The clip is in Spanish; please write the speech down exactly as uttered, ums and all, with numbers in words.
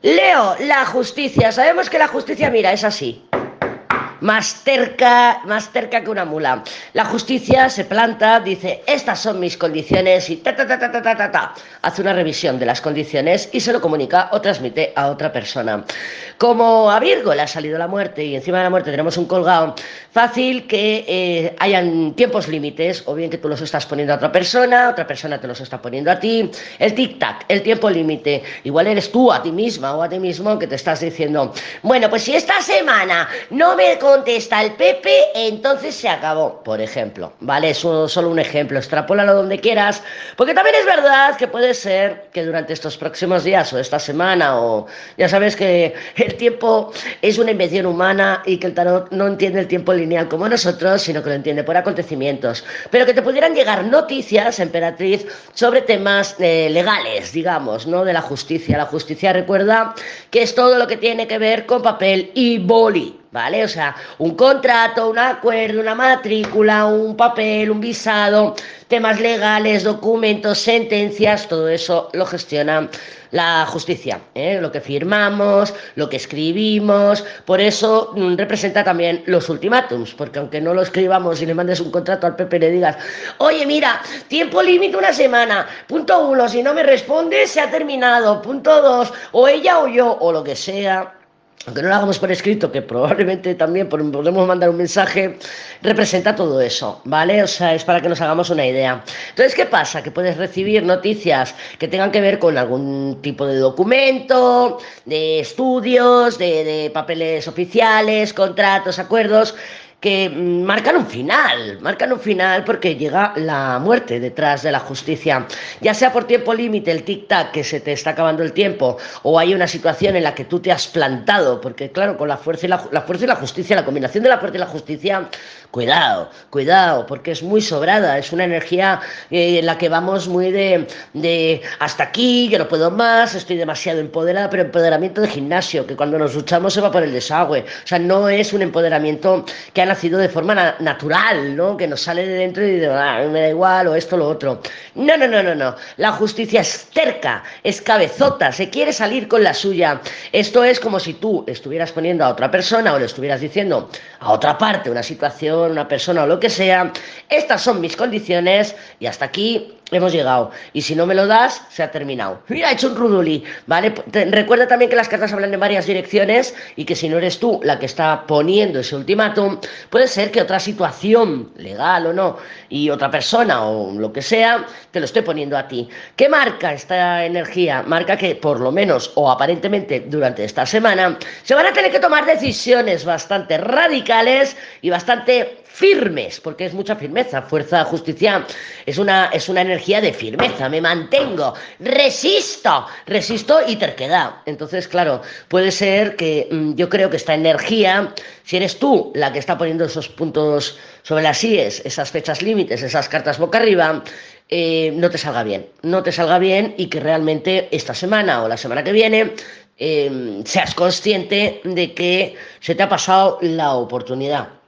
Leo, la justicia. Sabemos que la justicia, mira, es así. Más terca, más terca que una mula. La justicia se planta, dice, estas son mis condiciones y ta, ta, ta, ta, ta, ta, ta, ta. Hace una revisión de las condiciones y se lo comunica o transmite a otra persona. Como a Virgo le ha salido la muerte y encima de la muerte tenemos un colgado, fácil que eh, hayan tiempos límites, o bien que tú los estás poniendo a otra persona, otra persona te los está poniendo a ti. El tic-tac, el tiempo límite. Igual eres tú a ti misma o a ti mismo que te estás diciendo, bueno, pues si esta semana no me contesta el Pepe, entonces se acabó, por ejemplo, ¿vale? Es un, solo un ejemplo, extrapólalo donde quieras, porque también es verdad que puede ser que durante estos próximos días o esta semana, o ya sabes que el tiempo es una invención humana y que el tarot no entiende el tiempo lineal como nosotros, sino que lo entiende por acontecimientos, pero que te pudieran llegar noticias, emperatriz, sobre temas eh, legales, digamos, ¿no? De la justicia. La justicia, recuerda que es todo lo que tiene que ver con papel y boli, ¿vale? O sea, un contrato, un acuerdo, una matrícula, un papel, un visado, temas legales, documentos, sentencias, todo eso lo gestiona la justicia, ¿eh? Lo que firmamos, lo que escribimos, por eso mm, representa también los ultimátums, porque aunque no lo escribamos y le mandes un contrato al Pepe y le digas, oye, mira, tiempo límite una semana, punto uno, si no me respondes se ha terminado, punto dos, o ella o yo, o lo que sea, aunque no lo hagamos por escrito, que probablemente también podemos mandar un mensaje, representa todo eso, ¿vale? O sea, es para que nos hagamos una idea. Entonces, ¿qué pasa? Que puedes recibir noticias que tengan que ver con algún tipo de documento, de estudios, de, de papeles oficiales, contratos, acuerdos, que marcan un final, marcan un final porque llega la muerte detrás de la justicia, ya sea por tiempo límite, el tic-tac, que se te está acabando el tiempo, o hay una situación en la que tú te has plantado, porque claro, con la fuerza y la, la fuerza y la justicia, la combinación de la fuerza y la justicia, cuidado, cuidado, porque es muy sobrada, es una energía eh, en la que vamos muy de, de hasta aquí, yo no puedo más, estoy demasiado empoderada, pero empoderamiento de gimnasio, que cuando nos duchamos se va por el desagüe, o sea, no es un empoderamiento que ha nacido de forma na natural, ¿no? Que nos sale de dentro y de, ah, me da igual, o esto, lo otro. No, no, no, no, no. La justicia es terca, es cabezota, se quiere salir con la suya. Esto es como si tú estuvieras poniendo a otra persona o le estuvieras diciendo a otra parte, una situación, una persona o lo que sea, estas son mis condiciones y hasta aquí hemos llegado, y si no me lo das, se ha terminado. Mira, he hecho un ruduli, ¿vale? Te, recuerda también que las cartas hablan en varias direcciones y que si no eres tú la que está poniendo ese ultimátum, puede ser que otra situación, legal o no, y otra persona o lo que sea, te lo esté poniendo a ti. ¿Qué marca esta energía? Marca que por lo menos, o aparentemente durante esta semana, se van a tener que tomar decisiones bastante radicales y bastante firmes, porque es mucha firmeza. Fuerza, justicia, es una, es una energía de firmeza, me mantengo, resisto, resisto y terquedad. Entonces, claro, puede ser que mmm, yo creo que esta energía, si eres tú la que está poniendo esos puntos sobre las íes, esas fechas límites, esas cartas boca arriba, eh, no te salga bien, no te salga bien y que realmente esta semana o la semana que viene eh, seas consciente de que se te ha pasado la oportunidad.